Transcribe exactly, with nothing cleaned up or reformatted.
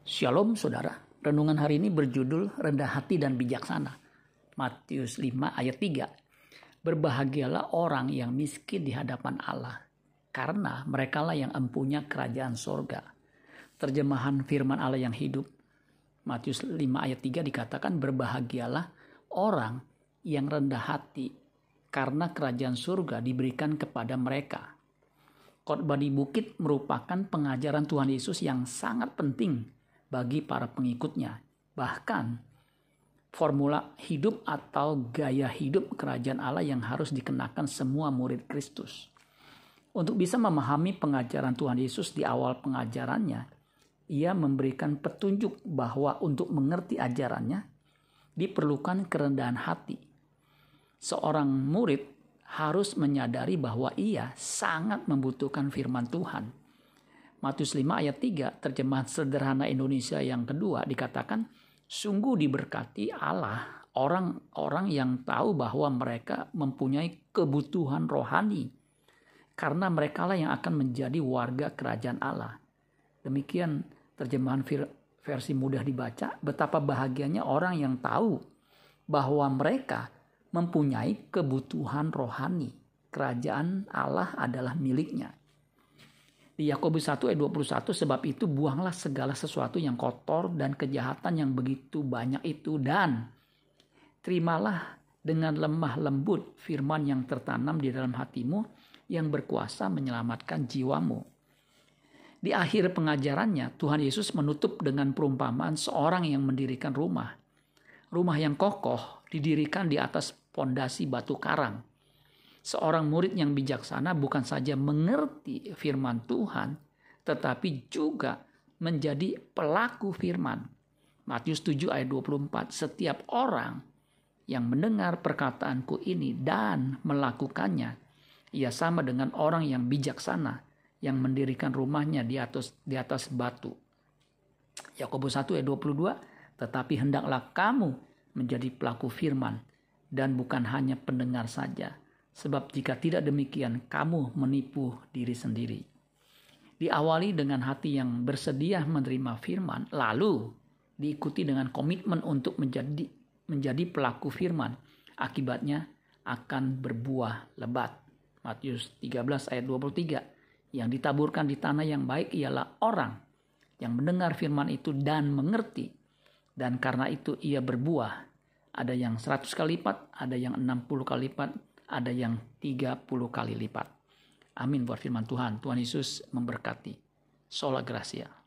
Shalom saudara, renungan hari ini berjudul rendah hati dan bijaksana. Matius lima ayat tiga. Berbahagialah orang yang miskin di hadapan Allah, karena merekalah yang empunya kerajaan sorga. Terjemahan firman Allah yang hidup, Matius lima ayat tiga dikatakan berbahagialah orang yang rendah hati, karena kerajaan surga diberikan kepada mereka. Khotbah di bukit merupakan pengajaran Tuhan Yesus yang sangat penting bagi para pengikutnya. Bahkan formula hidup atau gaya hidup kerajaan Allah yang harus dikenakan semua murid Kristus. Untuk bisa memahami pengajaran Tuhan Yesus di awal pengajarannya, ia memberikan petunjuk bahwa untuk mengerti ajarannya diperlukan kerendahan hati. Seorang murid harus menyadari bahwa ia sangat membutuhkan firman Tuhan. Matius lima ayat tiga, terjemahan sederhana Indonesia yang kedua dikatakan, sungguh diberkati Allah orang-orang yang tahu bahwa mereka mempunyai kebutuhan rohani, karena merekalah yang akan menjadi warga kerajaan Allah. Demikian terjemahan versi mudah dibaca, betapa bahagianya orang yang tahu bahwa mereka mempunyai kebutuhan rohani. Kerajaan Allah adalah miliknya. Di Yakobus satu ayat dua puluh satu, sebab itu buanglah segala sesuatu yang kotor dan kejahatan yang begitu banyak itu, dan terimalah dengan lemah lembut firman yang tertanam di dalam hatimu yang berkuasa menyelamatkan jiwamu. Di akhir pengajarannya, Tuhan Yesus menutup dengan perumpamaan seorang yang mendirikan rumah. Rumah yang kokoh didirikan di atas pondasi batu karang. Seorang murid yang bijaksana bukan saja mengerti firman Tuhan, tetapi juga menjadi pelaku firman. Matius tujuh ayat dua puluh empat, setiap orang yang mendengar perkataanku ini dan melakukannya, ia sama dengan orang yang bijaksana yang mendirikan rumahnya di atas di atas batu. Yakobus satu ayat dua puluh dua, tetapi hendaklah kamu menjadi pelaku firman dan bukan hanya pendengar saja. Sebab jika tidak demikian, kamu menipu diri sendiri. Diawali dengan hati yang bersedia menerima firman, lalu diikuti dengan komitmen untuk menjadi menjadi pelaku firman. Akibatnya akan berbuah lebat. Matius tiga belas ayat dua puluh tiga. Yang ditaburkan di tanah yang baik ialah orang yang mendengar firman itu dan mengerti. Dan karena itu ia berbuah. Ada yang seratus kali lipat, ada yang enam puluh kali lipat, ada yang tiga puluh kali lipat. Amin buat firman Tuhan. Tuhan Yesus memberkati. Sola Gracia.